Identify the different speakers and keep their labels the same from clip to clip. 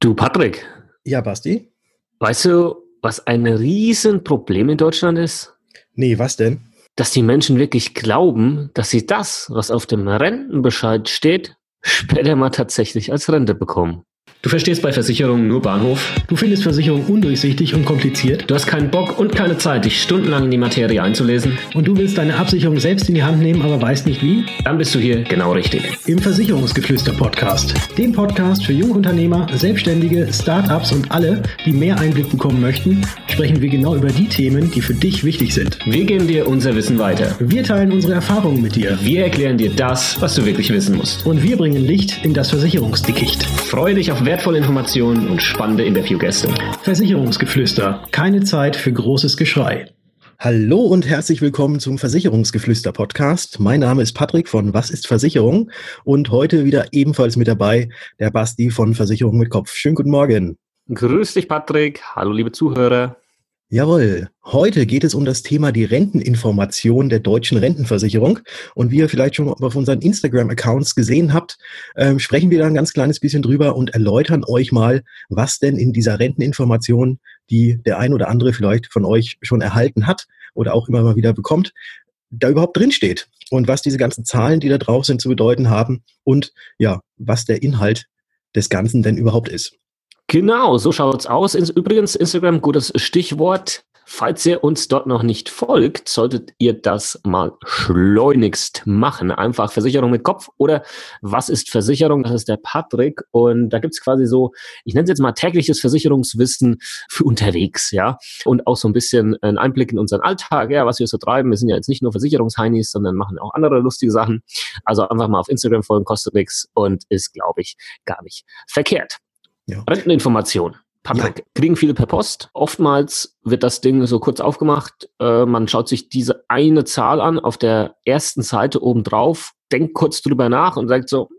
Speaker 1: Du, Patrick,
Speaker 2: Ja, Basti?
Speaker 1: weißt du, was ein Riesenproblem in Deutschland ist?
Speaker 2: Nee, was denn?
Speaker 1: Dass die Menschen wirklich glauben, dass sie das, was auf dem Rentenbescheid steht, später mal tatsächlich als Rente bekommen. Du verstehst bei Versicherungen nur Bahnhof.
Speaker 3: Du findest Versicherung undurchsichtig und kompliziert
Speaker 1: Du hast keinen Bock und keine Zeit, dich stundenlang in die Materie einzulesen.
Speaker 3: und du willst deine Absicherung selbst in die Hand nehmen, aber weißt nicht wie?
Speaker 1: Dann bist du hier genau richtig.
Speaker 3: Im Versicherungsgeflüster-Podcast. Dem Podcast für Jungunternehmer, Selbstständige, Startups und alle, die mehr Einblick bekommen möchten, sprechen wir genau über die Themen, die für dich wichtig sind.
Speaker 1: Wir geben dir unser Wissen weiter.
Speaker 3: Wir teilen unsere Erfahrungen mit dir
Speaker 1: Wir erklären dir das, was du wirklich wissen musst.
Speaker 3: und wir bringen Licht in das Versicherungsdickicht.
Speaker 1: Freue dich auf wertvolle Informationen und spannende Interviewgäste.
Speaker 3: Versicherungsgeflüster. Keine Zeit für großes Geschrei.
Speaker 2: Hallo und herzlich willkommen zum Versicherungsgeflüster-Podcast. Mein Name ist Patrick von Was ist Versicherung? Und heute wieder ebenfalls mit dabei der Basti von Versicherung mit Kopf. Schönen guten Morgen.
Speaker 1: Grüß dich, Patrick. Hallo, liebe Zuhörer.
Speaker 2: Jawohl, heute geht es um das Thema die Renteninformation der deutschen Rentenversicherung. Und wie ihr vielleicht schon auf unseren Instagram-Accounts gesehen habt, sprechen wir da ein ganz kleines bisschen drüber und erläutern euch mal, was denn in dieser Renteninformation, die der ein oder andere vielleicht von euch schon erhalten hat oder auch immer mal wieder bekommt, da überhaupt drin steht und was diese ganzen Zahlen, die da drauf sind, zu bedeuten haben und ja, was der Inhalt des Ganzen denn überhaupt ist.
Speaker 1: Genau, so schaut's aus. Übrigens, Instagram, gutes Stichwort. Falls ihr uns dort noch nicht folgt, solltet ihr das mal schleunigst machen. Einfach Versicherung mit Kopf oder was ist Versicherung? Das ist der Patrick. Und da gibt's quasi so, ich nenne es jetzt mal tägliches Versicherungswissen für unterwegs, ja. Und auch so ein bisschen einen Einblick in unseren Alltag, ja, was wir so treiben. Wir sind ja jetzt nicht nur Versicherungsheinis, sondern machen auch andere lustige Sachen. Also einfach mal auf Instagram folgen, kostet nichts und ist, glaube ich, gar nicht verkehrt.
Speaker 2: Ja.
Speaker 1: Renteninformation. Patrick, kriegen viele per Post. Oftmals wird das Ding so kurz aufgemacht. Man schaut sich diese eine Zahl an auf der ersten Seite oben drauf, denkt kurz drüber nach und sagt so,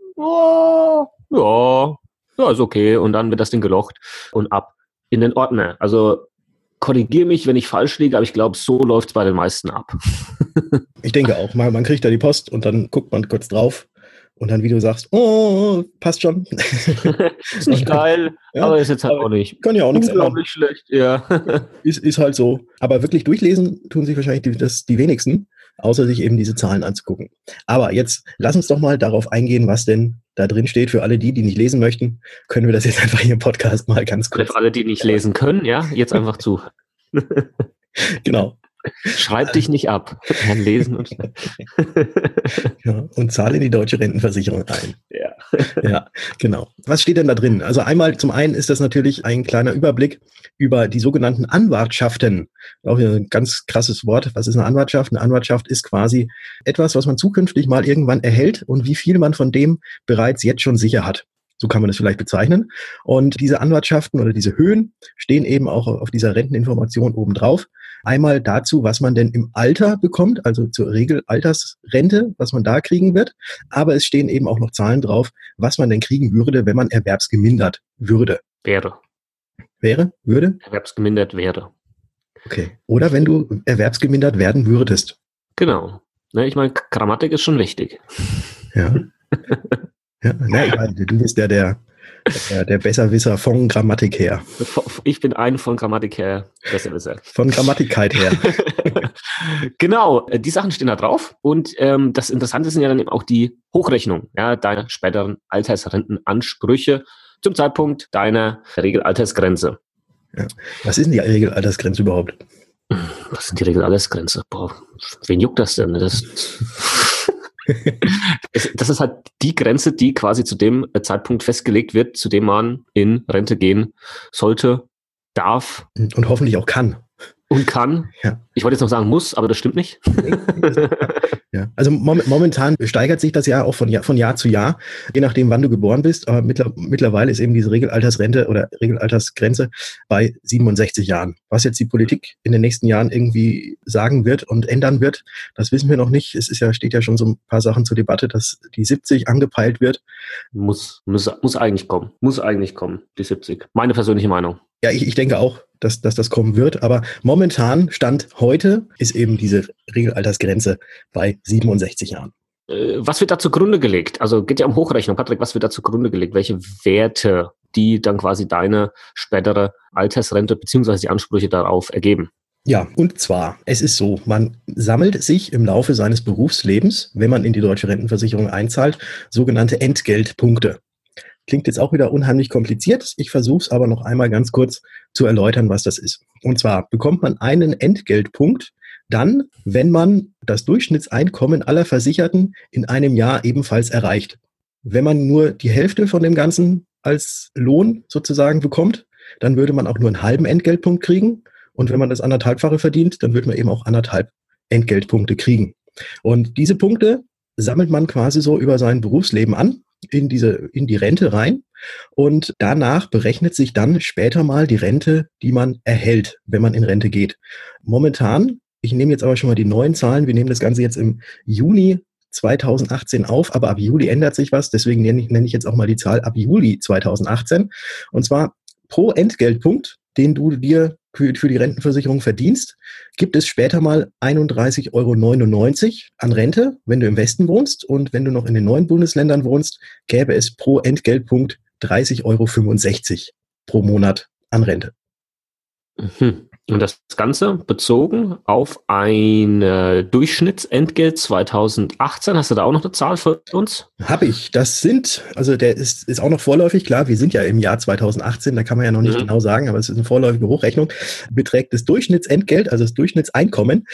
Speaker 1: oh, ja, ist okay. Und dann wird das Ding gelocht und ab in den Ordner. Also korrigiere mich, wenn ich falsch liege, aber ich glaube, so läuft es bei den meisten ab.
Speaker 2: Ich denke auch, man kriegt da die Post und dann guckt man kurz drauf und dann, wie du sagst, oh, passt schon.
Speaker 1: Ist nicht geil,
Speaker 2: Ja,
Speaker 1: aber ist jetzt halt auch nicht.
Speaker 2: Kann ja auch nichts ändern.
Speaker 1: Unglaublich schlecht, ja.
Speaker 2: Ist halt so. Aber wirklich durchlesen tun sich wahrscheinlich die wenigsten, außer sich eben diese Zahlen anzugucken. Aber jetzt lass uns doch mal darauf eingehen, was denn da drin steht. Für alle die nicht lesen möchten, können wir das jetzt einfach hier im Podcast mal ganz kurz.
Speaker 1: Für alle, die nicht lesen können, ja, jetzt einfach zu.
Speaker 2: Genau.
Speaker 1: Schreib dich nicht ab. Herrn Lesen und
Speaker 2: Ja, und zahle in die deutsche Rentenversicherung ein.
Speaker 1: ja.
Speaker 2: Ja, genau. Was steht denn da drin? Also einmal, zum einen ist das natürlich ein kleiner Überblick über die sogenannten Anwartschaften. Auch wieder ein ganz krasses Wort. Was ist eine Anwartschaft? Eine Anwartschaft ist quasi etwas, was man zukünftig mal irgendwann erhält und wie viel man von dem bereits jetzt schon sicher hat. So kann man das vielleicht bezeichnen. Und diese Anwartschaften oder diese Höhen stehen eben auch auf dieser Renteninformation oben drauf. Einmal dazu, was man denn im Alter bekommt, also zur Regel Altersrente, was man da kriegen wird. Aber es stehen eben auch noch Zahlen drauf, was man denn kriegen würde, wenn man erwerbsgemindert würde.
Speaker 1: Wäre.
Speaker 2: Wäre? Würde?
Speaker 1: Erwerbsgemindert wäre.
Speaker 2: Okay. Oder wenn du erwerbsgemindert werden würdest.
Speaker 1: Genau. Ne, ich meine, Grammatik ist schon wichtig.
Speaker 2: Ja. Ja, ich meine, du bist ja der Besserwisser von Grammatik her.
Speaker 1: Ich bin ein von Grammatik her Besserwisser.
Speaker 2: Von Grammatikkeit her.
Speaker 1: Genau, die Sachen stehen da drauf und das Interessante sind ja dann eben auch die Hochrechnung, ja, deiner späteren Altersrentenansprüche zum Zeitpunkt deiner Regelaltersgrenze.
Speaker 2: Ja. Was ist denn die Regelaltersgrenze überhaupt?
Speaker 1: Was ist die Regelaltersgrenze? Boah, wen juckt das denn? Das ist halt die Grenze, die quasi zu dem Zeitpunkt festgelegt wird, zu dem man in Rente gehen sollte, darf.
Speaker 2: Und hoffentlich auch kann.
Speaker 1: Und kann.
Speaker 2: Ja.
Speaker 1: Ich wollte jetzt noch sagen muss, aber das stimmt nicht.
Speaker 2: Ja. Also momentan steigert sich das ja auch von Jahr zu Jahr, je nachdem, wann du geboren bist. Aber mittlerweile ist eben diese Regelaltersrente oder Regelaltersgrenze bei 67 Jahren. Was jetzt die Politik in den nächsten Jahren irgendwie sagen wird und ändern wird, das wissen wir noch nicht. Steht ja schon so ein paar Sachen zur Debatte, dass die 70 angepeilt wird.
Speaker 1: Muss eigentlich kommen. Muss eigentlich kommen, die 70. Meine persönliche Meinung.
Speaker 2: Ja, ich denke auch, dass das kommen wird. Aber momentan, Stand heute, ist eben diese Regelaltersgrenze bei 67 Jahren.
Speaker 1: Was wird da zugrunde gelegt? Also geht ja um Hochrechnung. Patrick, was wird da zugrunde gelegt? Welche Werte, die dann quasi deine spätere Altersrente beziehungsweise die Ansprüche darauf ergeben.
Speaker 2: Ja, und zwar, es ist so, man sammelt sich im Laufe seines Berufslebens, wenn man in die deutsche Rentenversicherung einzahlt, sogenannte Entgeltpunkte. Klingt jetzt auch wieder unheimlich kompliziert. Ich versuche es aber noch einmal ganz kurz zu erläutern, was das ist. Und zwar bekommt man einen Entgeltpunkt dann, wenn man das Durchschnittseinkommen aller Versicherten in einem Jahr ebenfalls erreicht. Wenn man nur die Hälfte von dem Ganzen als Lohn sozusagen bekommt, dann würde man auch nur einen halben Entgeltpunkt kriegen. Und wenn man das 1,5-fache verdient, dann würde man eben auch 1,5 Entgeltpunkte kriegen. Und diese Punkte sammelt man quasi so über sein Berufsleben an, in die Rente rein. Und danach berechnet sich dann später mal die Rente, die man erhält, wenn man in Rente geht. Momentan, ich nehme jetzt aber schon mal die neuen Zahlen, wir nehmen das Ganze jetzt im Juni 2018 auf, aber ab Juli ändert sich was, deswegen nenne ich jetzt auch mal die Zahl ab Juli 2018. Und zwar pro Entgeltpunkt, den du dir für die Rentenversicherung verdienst, gibt es später mal 31,99 € an Rente, wenn du im Westen wohnst. Und wenn du noch in den neuen Bundesländern wohnst, gäbe es pro Entgeltpunkt 30,65 € pro Monat an Rente.
Speaker 1: Mhm. Und das Ganze bezogen auf ein Durchschnittsentgelt 2018. Hast du da auch noch eine Zahl für uns?
Speaker 2: Habe ich. Der ist auch noch vorläufig, klar, wir sind ja im Jahr 2018, da kann man ja noch nicht genau sagen, aber es ist eine vorläufige Hochrechnung, beträgt das Durchschnittsentgelt, also das Durchschnittseinkommen,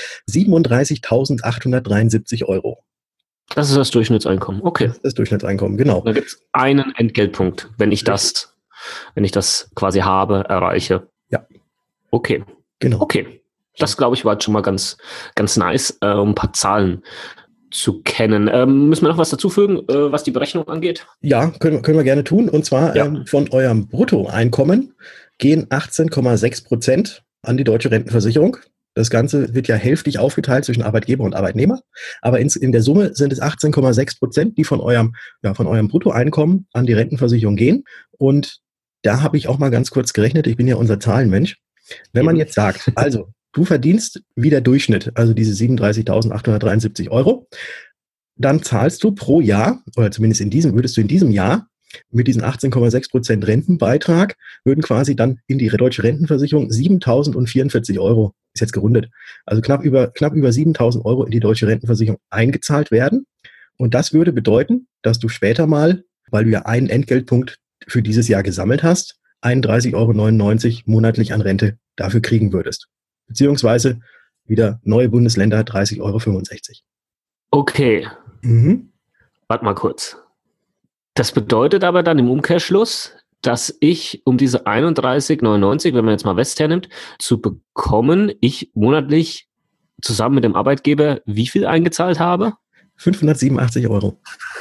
Speaker 2: 37.873 €.
Speaker 1: Das ist das Durchschnittseinkommen, okay.
Speaker 2: Das ist das Durchschnittseinkommen, genau.
Speaker 1: Da gibt es einen Entgeltpunkt, wenn ich das quasi habe, erreiche.
Speaker 2: Ja.
Speaker 1: Okay.
Speaker 2: Genau.
Speaker 1: Okay, das glaube ich war jetzt schon mal ganz, ganz nice, um ein paar Zahlen zu kennen. Müssen wir noch was dazufügen, was die Berechnung angeht?
Speaker 2: Ja, können wir gerne tun. Und zwar von eurem Bruttoeinkommen gehen 18,6% an die deutsche Rentenversicherung. Das Ganze wird ja hälftig aufgeteilt zwischen Arbeitgeber und Arbeitnehmer. Aber in der Summe sind es 18,6%, die von eurem Bruttoeinkommen an die Rentenversicherung gehen. Und da habe ich auch mal ganz kurz gerechnet. Ich bin ja unser Zahlenmensch. Wenn man jetzt sagt, also du verdienst wie der Durchschnitt, also diese 37.873 €, dann zahlst du pro Jahr, oder zumindest würdest du in diesem Jahr mit diesen 18,6% Rentenbeitrag, würden quasi dann in die deutsche Rentenversicherung 7.044 €, ist jetzt gerundet, also knapp über 7.000 € in die deutsche Rentenversicherung eingezahlt werden. Und das würde bedeuten, dass du später mal, weil du ja einen Entgeltpunkt für dieses Jahr gesammelt hast, 31,99 € monatlich an Rente dafür kriegen würdest. Beziehungsweise wieder neue Bundesländer 30,65 €.
Speaker 1: Okay. Warte mal kurz. Das bedeutet aber dann im Umkehrschluss, dass ich, um diese 31,99, wenn man jetzt mal West hernimmt, zu bekommen, ich monatlich zusammen mit dem Arbeitgeber wie viel eingezahlt habe?
Speaker 2: 587 €.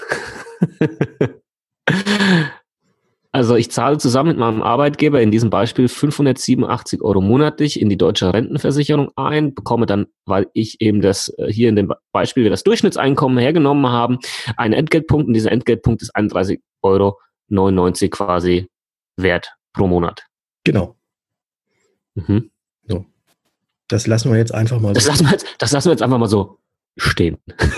Speaker 1: Also ich zahle zusammen mit meinem Arbeitgeber in diesem Beispiel 587 € monatlich in die deutsche Rentenversicherung ein, bekomme dann, weil ich eben das hier in dem Beispiel wir das Durchschnittseinkommen hergenommen haben, einen Entgeltpunkt und dieser Entgeltpunkt ist 31,99 € quasi wert pro Monat.
Speaker 2: Genau. So. Das lassen wir jetzt einfach mal
Speaker 1: so. Das lassen wir jetzt einfach mal so stehen.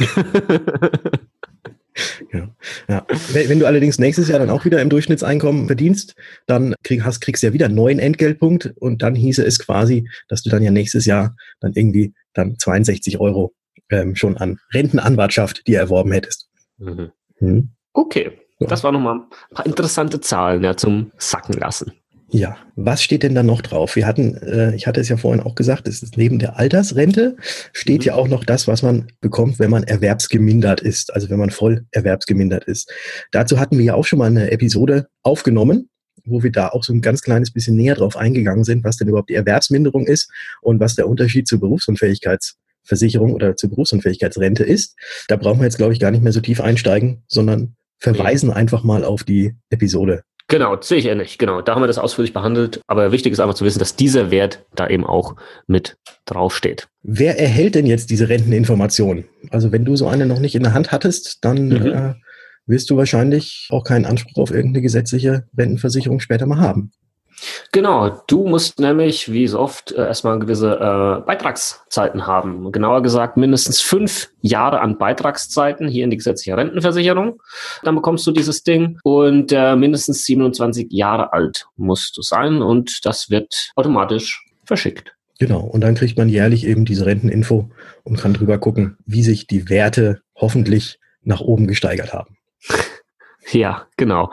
Speaker 2: Ja. Wenn du allerdings nächstes Jahr dann auch wieder im Durchschnittseinkommen verdienst, dann kriegst du ja wieder einen neuen Entgeltpunkt und dann hieße es quasi, dass du dann ja nächstes Jahr dann irgendwie 62 € schon an Rentenanwartschaft dir erworben hättest.
Speaker 1: Okay, das waren nochmal ein paar interessante Zahlen zum Sacken lassen.
Speaker 2: Ja, was steht denn da noch drauf? Ich hatte es ja vorhin auch gesagt, es ist neben der Altersrente steht ja auch noch das, was man bekommt, wenn man erwerbsgemindert ist, also wenn man voll erwerbsgemindert ist. Dazu hatten wir ja auch schon mal eine Episode aufgenommen, wo wir da auch so ein ganz kleines bisschen näher drauf eingegangen sind, was denn überhaupt die Erwerbsminderung ist und was der Unterschied zur Berufsunfähigkeitsversicherung oder zur Berufsunfähigkeitsrente ist. Da brauchen wir jetzt, glaube ich, gar nicht mehr so tief einsteigen, sondern verweisen einfach mal auf die Episode.
Speaker 1: Genau, sehe ich ähnlich. Genau, da haben wir das ausführlich behandelt. Aber wichtig ist einfach zu wissen, dass dieser Wert da eben auch mit draufsteht.
Speaker 2: Wer erhält denn jetzt diese Renteninformation? Also wenn du so eine noch nicht in der Hand hattest, dann wirst du wahrscheinlich auch keinen Anspruch auf irgendeine gesetzliche Rentenversicherung später mal haben.
Speaker 1: Genau, du musst nämlich, wie so oft, erstmal gewisse Beitragszeiten haben. Genauer gesagt, mindestens 5 Jahre an Beitragszeiten hier in die gesetzliche Rentenversicherung. Dann bekommst du dieses Ding und mindestens 27 Jahre alt musst du sein und das wird automatisch verschickt.
Speaker 2: Genau, und dann kriegt man jährlich eben diese Renteninfo und kann drüber gucken, wie sich die Werte hoffentlich nach oben gesteigert haben.
Speaker 1: Ja, genau.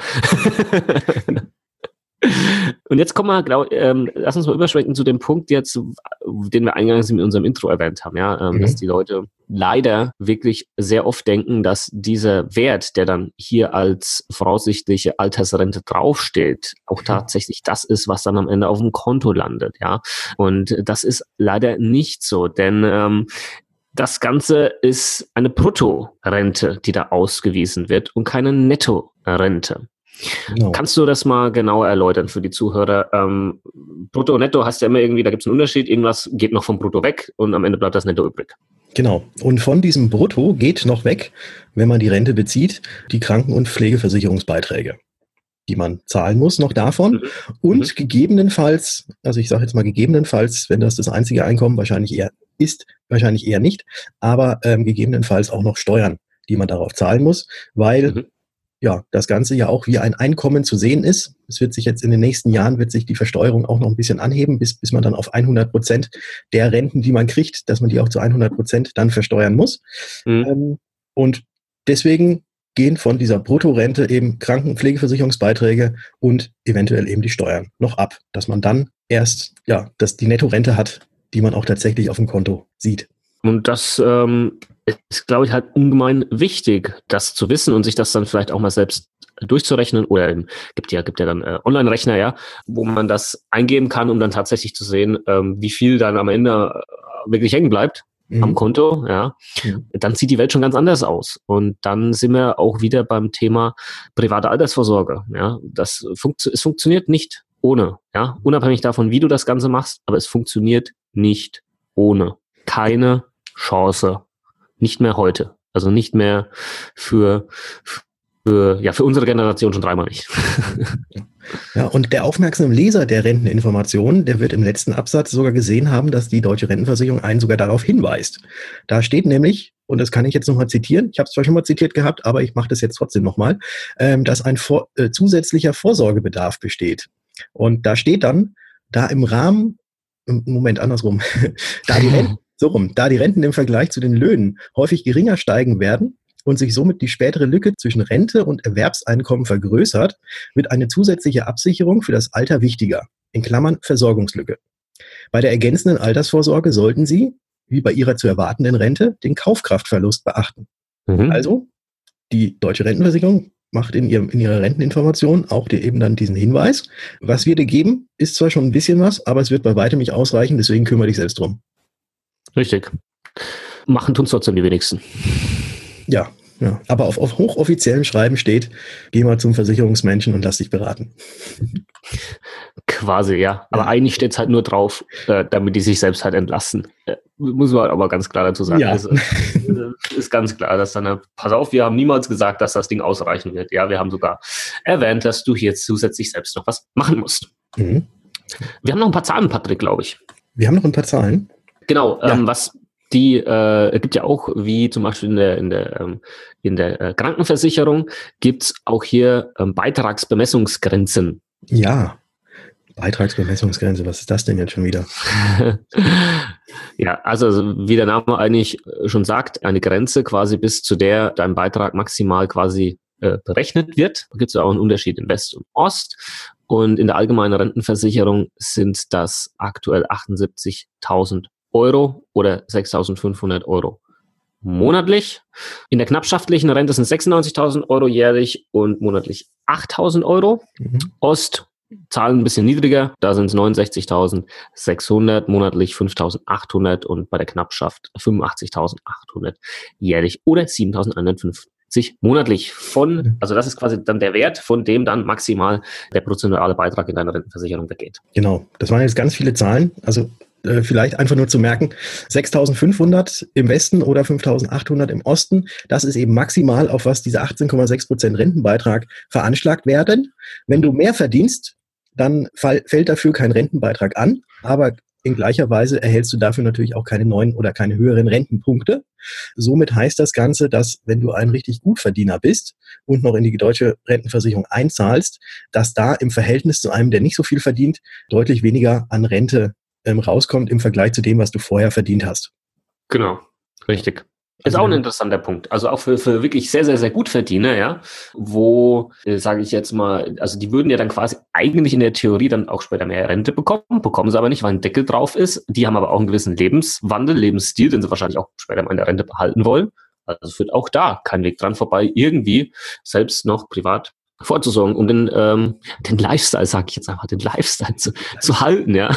Speaker 1: Und jetzt kommen wir, lass uns mal überschwenken zu dem Punkt jetzt, den wir eingangs in unserem Intro erwähnt haben, ja, dass die Leute leider wirklich sehr oft denken, dass dieser Wert, der dann hier als voraussichtliche Altersrente draufsteht, auch tatsächlich das ist, was dann am Ende auf dem Konto landet, ja. Und das ist leider nicht so, denn das Ganze ist eine Bruttorente, die da ausgewiesen wird und keine Nettorente. Genau. Kannst du das mal genauer erläutern für die Zuhörer? Brutto und Netto hast ja immer irgendwie, da gibt es einen Unterschied, irgendwas geht noch vom Brutto weg und am Ende bleibt das Netto übrig.
Speaker 2: Genau. Und von diesem Brutto geht noch weg, wenn man die Rente bezieht, die Kranken- und Pflegeversicherungsbeiträge, die man zahlen muss, noch davon. Und gegebenenfalls, also ich sage jetzt mal gegebenenfalls, wenn das einzige Einkommen wahrscheinlich eher nicht, aber gegebenenfalls auch noch Steuern, die man darauf zahlen muss, weil ja, das Ganze ja auch wie ein Einkommen zu sehen ist. Es wird sich jetzt in den nächsten Jahren, wird sich die Versteuerung auch noch ein bisschen anheben, bis man dann auf 100% der Renten, die man kriegt, dass man die auch zu 100% dann versteuern muss. Und deswegen gehen von dieser Bruttorente eben Kranken- und Pflegeversicherungsbeiträge und eventuell eben die Steuern noch ab, dass man dann erst, ja, dass die Nettorente hat, die man auch tatsächlich auf dem Konto sieht.
Speaker 1: Und das ist, glaube ich, halt ungemein wichtig, das zu wissen und sich das dann vielleicht auch mal selbst durchzurechnen. Oder gibt ja dann Online-Rechner, ja, wo man das eingeben kann, um dann tatsächlich zu sehen, wie viel dann am Ende wirklich hängen bleibt am Konto. Ja. Dann sieht die Welt schon ganz anders aus. Und dann sind wir auch wieder beim Thema private Altersvorsorge. Ja. Es funktioniert nicht ohne. Ja. Unabhängig davon, wie du das Ganze machst, aber es funktioniert nicht ohne. Keine Chance. Nicht mehr heute. Also nicht mehr für unsere Generation schon dreimal nicht.
Speaker 2: Ja, und der aufmerksame Leser der Renteninformationen, der wird im letzten Absatz sogar gesehen haben, dass die Deutsche Rentenversicherung einen sogar darauf hinweist. Da steht nämlich, und das kann ich jetzt nochmal zitieren, ich habe es zwar schon mal zitiert gehabt, aber ich mache das jetzt trotzdem nochmal, dass ein zusätzlicher Vorsorgebedarf besteht. Und da steht dann, da im Rahmen, Moment, andersrum, da die Renten im Vergleich zu den Löhnen häufig geringer steigen werden und sich somit die spätere Lücke zwischen Rente und Erwerbseinkommen vergrößert, wird eine zusätzliche Absicherung für das Alter wichtiger, in Klammern Versorgungslücke. Bei der ergänzenden Altersvorsorge sollten Sie, wie bei Ihrer zu erwartenden Rente, den Kaufkraftverlust beachten. Also, die Deutsche Rentenversicherung macht in ihrer Renteninformation auch eben dann diesen Hinweis. Was wir dir geben, ist zwar schon ein bisschen was, aber es wird bei weitem nicht ausreichen, deswegen kümmere dich selbst drum.
Speaker 1: Richtig. Machen tun es trotzdem die wenigsten.
Speaker 2: Ja. Aber auf hochoffiziellem Schreiben steht, geh mal zum Versicherungsmenschen und lass dich beraten.
Speaker 1: Quasi, ja. Aber eigentlich steht es halt nur drauf, damit die sich selbst halt entlasten. Muss man aber ganz klar dazu sagen. Ja. Ist ganz klar, dass dann, pass auf, wir haben niemals gesagt, dass das Ding ausreichen wird. Ja, wir haben sogar erwähnt, dass du hier zusätzlich selbst noch was machen musst. Wir haben noch ein paar Zahlen, Patrick, glaube ich.
Speaker 2: Wir haben noch ein paar Zahlen.
Speaker 1: Genau, ja. Was die gibt ja auch, wie zum Beispiel in der Krankenversicherung, gibt's auch hier Beitragsbemessungsgrenzen.
Speaker 2: Ja, Beitragsbemessungsgrenze, was ist das denn jetzt schon wieder?
Speaker 1: Ja, also wie der Name eigentlich schon sagt, eine Grenze quasi, bis zu der dein Beitrag maximal quasi berechnet wird. Da gibt es ja auch einen Unterschied in West und Ost. Und in der allgemeinen Rentenversicherung sind das aktuell 78.000 Euro oder 6.500 Euro monatlich. In der knappschaftlichen Rente sind 96.000 Euro jährlich und monatlich 8.000 Euro. Ost Zahlen ein bisschen niedriger, da sind es 69.600, monatlich 5.800 und bei der Knappschaft 85.800 jährlich oder 7.150 monatlich also das ist quasi dann der Wert, von dem dann maximal der prozentuale Beitrag in deiner Rentenversicherung weggeht.
Speaker 2: Genau, das waren jetzt ganz viele Zahlen, also vielleicht einfach nur zu merken, 6.500 im Westen oder 5.800 im Osten, das ist eben maximal, auf was diese 18,6% Rentenbeitrag veranschlagt werden. Wenn du mehr verdienst, dann fällt dafür kein Rentenbeitrag an, aber in gleicher Weise erhältst du dafür natürlich auch keine neuen oder keine höheren Rentenpunkte. Somit heißt das Ganze, dass wenn du ein richtig Gutverdiener bist und noch in die deutsche Rentenversicherung einzahlst, dass da im Verhältnis zu einem, der nicht so viel verdient, deutlich weniger an Rente rauskommt im Vergleich zu dem, was du vorher verdient hast.
Speaker 1: Genau, richtig. Ist auch ein interessanter Punkt. Also auch für wirklich sehr, sehr, sehr gut Verdiener, ja, wo, sage ich jetzt mal, also die würden ja dann quasi eigentlich in der Theorie dann auch später mehr Rente bekommen sie aber nicht, weil ein Deckel drauf ist. Die haben aber auch einen gewissen Lebenswandel, Lebensstil, den sie wahrscheinlich auch später mal in der Rente behalten wollen. Also es führt auch da kein Weg dran vorbei, irgendwie selbst noch privat vorzusorgen, um den Lifestyle, sage ich jetzt einfach, den Lifestyle zu halten, ja.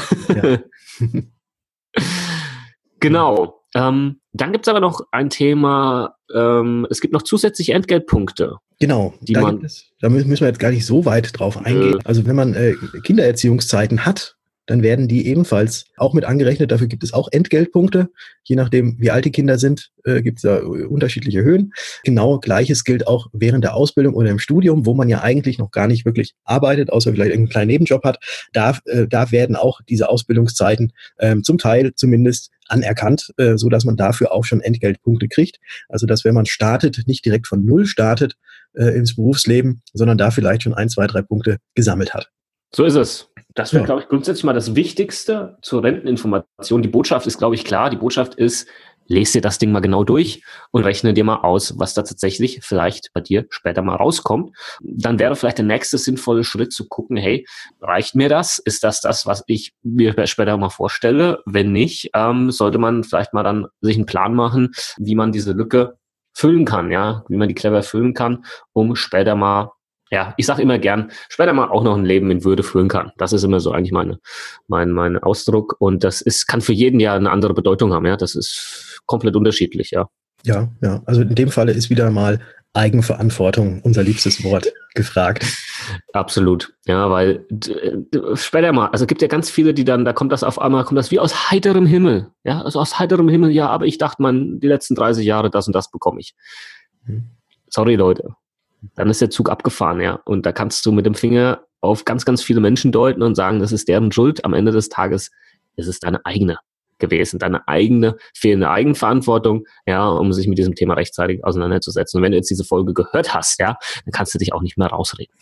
Speaker 1: Genau. Dann gibt es aber noch ein Thema, es gibt noch zusätzliche Entgeltpunkte.
Speaker 2: Genau, da müssen wir jetzt gar nicht so weit drauf eingehen. Also wenn man Kindererziehungszeiten hat, dann werden die ebenfalls auch mit angerechnet. Dafür gibt es auch Entgeltpunkte. Je nachdem, wie alt die Kinder sind, gibt es da unterschiedliche Höhen. Genau Gleiches gilt auch während der Ausbildung oder im Studium, wo man ja eigentlich noch gar nicht wirklich arbeitet, außer vielleicht irgendeinen kleinen Nebenjob hat. Da werden auch diese Ausbildungszeiten zum Teil zumindest anerkannt, so dass man dafür auch schon Entgeltpunkte kriegt. Also dass wenn man startet, nicht direkt von Null startet ins Berufsleben, sondern da vielleicht schon 1, 2, 3 Punkte gesammelt hat.
Speaker 1: So ist es. Das wäre, glaube ich, grundsätzlich mal das Wichtigste zur Renteninformation. Die Botschaft ist, glaube ich, klar. Die Botschaft ist, lese dir das Ding mal genau durch und rechne dir mal aus, was da tatsächlich vielleicht bei dir später mal rauskommt. Dann wäre vielleicht der nächste sinnvolle Schritt zu gucken, hey, reicht mir das? Ist das, was ich mir später mal vorstelle? Wenn nicht, sollte man vielleicht mal dann sich einen Plan machen, wie man diese Lücke füllen kann, ja, wie man die clever füllen kann, um später mal, ja, ich sage immer gern, später mal auch noch ein Leben in Würde führen kann. Das ist immer so eigentlich mein Ausdruck. Und das kann für jeden ja eine andere Bedeutung haben. Ja, das ist komplett unterschiedlich. Ja. Ja.
Speaker 2: Also in dem Falle ist wieder mal Eigenverantwortung, unser liebstes Wort, gefragt.
Speaker 1: Absolut. Ja, weil später mal, also es gibt ja ganz viele, die dann, da kommt das wie aus heiterem Himmel. Ja, also aus heiterem Himmel. Ja, aber ich dachte, die letzten 30 Jahre das und das bekomme ich. Sorry, Leute. Dann ist der Zug abgefahren, ja. Und da kannst du mit dem Finger auf ganz, ganz viele Menschen deuten und sagen, das ist deren Schuld. Am Ende des Tages ist es deine eigene gewesen, deine eigene fehlende Eigenverantwortung, ja, um sich mit diesem Thema rechtzeitig auseinanderzusetzen. Und wenn du jetzt diese Folge gehört hast, ja, dann kannst du dich auch nicht mehr rausreden.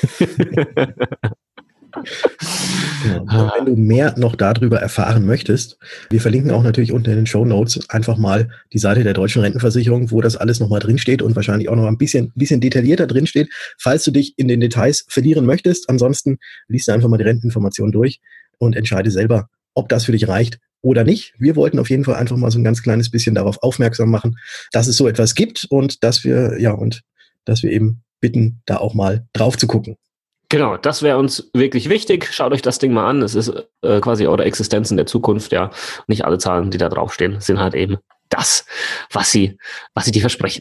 Speaker 2: Genau. Wenn du mehr noch darüber erfahren möchtest, wir verlinken auch natürlich unten in den Shownotes einfach mal die Seite der Deutschen Rentenversicherung, wo das alles nochmal drinsteht und wahrscheinlich auch noch ein bisschen detaillierter drinsteht, falls du dich in den Details verlieren möchtest. Ansonsten liest du einfach mal die Renteninformation durch und entscheide selber, ob das für dich reicht oder nicht. Wir wollten auf jeden Fall einfach mal so ein ganz kleines bisschen darauf aufmerksam machen, dass es so etwas gibt und dass wir eben bitten, da auch mal drauf zu gucken.
Speaker 1: Genau, das wäre uns wirklich wichtig. Schaut euch das Ding mal an. Es ist quasi eure Existenz in der Zukunft, ja. Nicht alle Zahlen, die da draufstehen, sind halt eben das, was sie dir versprechen.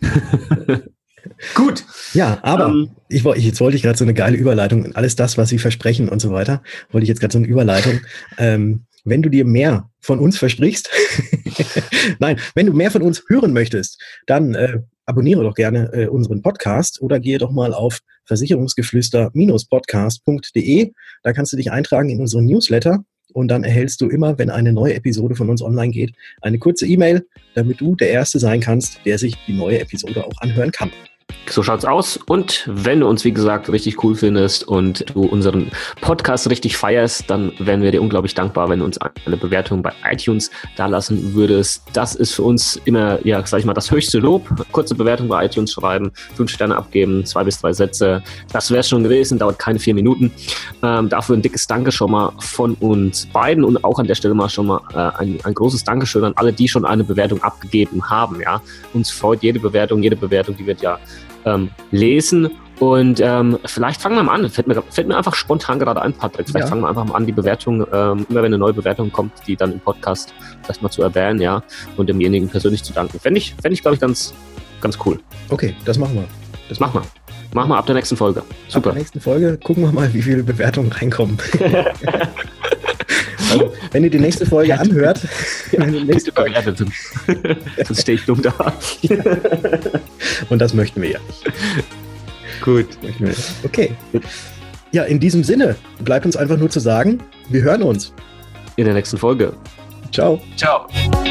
Speaker 1: Gut.
Speaker 2: Ja, aber jetzt wollte ich gerade so eine geile Überleitung. Alles das, was sie versprechen und so weiter, wollte ich jetzt gerade so eine Überleitung. Wenn du dir mehr von uns versprichst, nein, wenn du mehr von uns hören möchtest, dann abonniere doch gerne unseren Podcast oder gehe doch mal auf versicherungsgeflüster-podcast.de. Da kannst du dich eintragen in unseren Newsletter und dann erhältst du immer, wenn eine neue Episode von uns online geht, eine kurze E-Mail, damit du der Erste sein kannst, der sich die neue Episode auch anhören kann.
Speaker 1: So schaut's aus. Und wenn du uns, wie gesagt, richtig cool findest und du unseren Podcast richtig feierst, dann wären wir dir unglaublich dankbar, wenn du uns eine Bewertung bei iTunes dalassen würdest. Das ist für uns immer, ja, sag ich mal, das höchste Lob. Kurze Bewertung bei iTunes schreiben, 5 Sterne abgeben, 2 bis 3 Sätze. Das wäre schon gewesen, dauert keine 4 Minuten. Dafür ein dickes Danke schon mal von uns beiden und auch an der Stelle mal schon mal ein großes Dankeschön an alle, die schon eine Bewertung abgegeben haben. Ja, uns freut jede Bewertung, die wird ja lesen und vielleicht fangen wir mal an. Fällt mir einfach spontan gerade ein, Patrick. Vielleicht fangen wir einfach mal an, die Bewertung, immer wenn eine neue Bewertung kommt, die dann im Podcast vielleicht mal zu erwähnen, ja, und demjenigen persönlich zu danken. Fände ich, glaube ich, ganz, ganz cool.
Speaker 2: Okay, das machen wir.
Speaker 1: Machen wir ab der nächsten Folge. Super.
Speaker 2: Ab der nächsten Folge gucken wir mal, wie viele Bewertungen reinkommen. Also, wenn ihr die nächste Folge anhört,
Speaker 1: sonst stehe ich dumm da.
Speaker 2: Und das möchten wir ja nicht.
Speaker 1: Gut.
Speaker 2: Okay. Ja, in diesem Sinne bleibt uns einfach nur zu sagen, wir hören uns.
Speaker 1: In der nächsten Folge.
Speaker 2: Ciao.
Speaker 1: Ciao.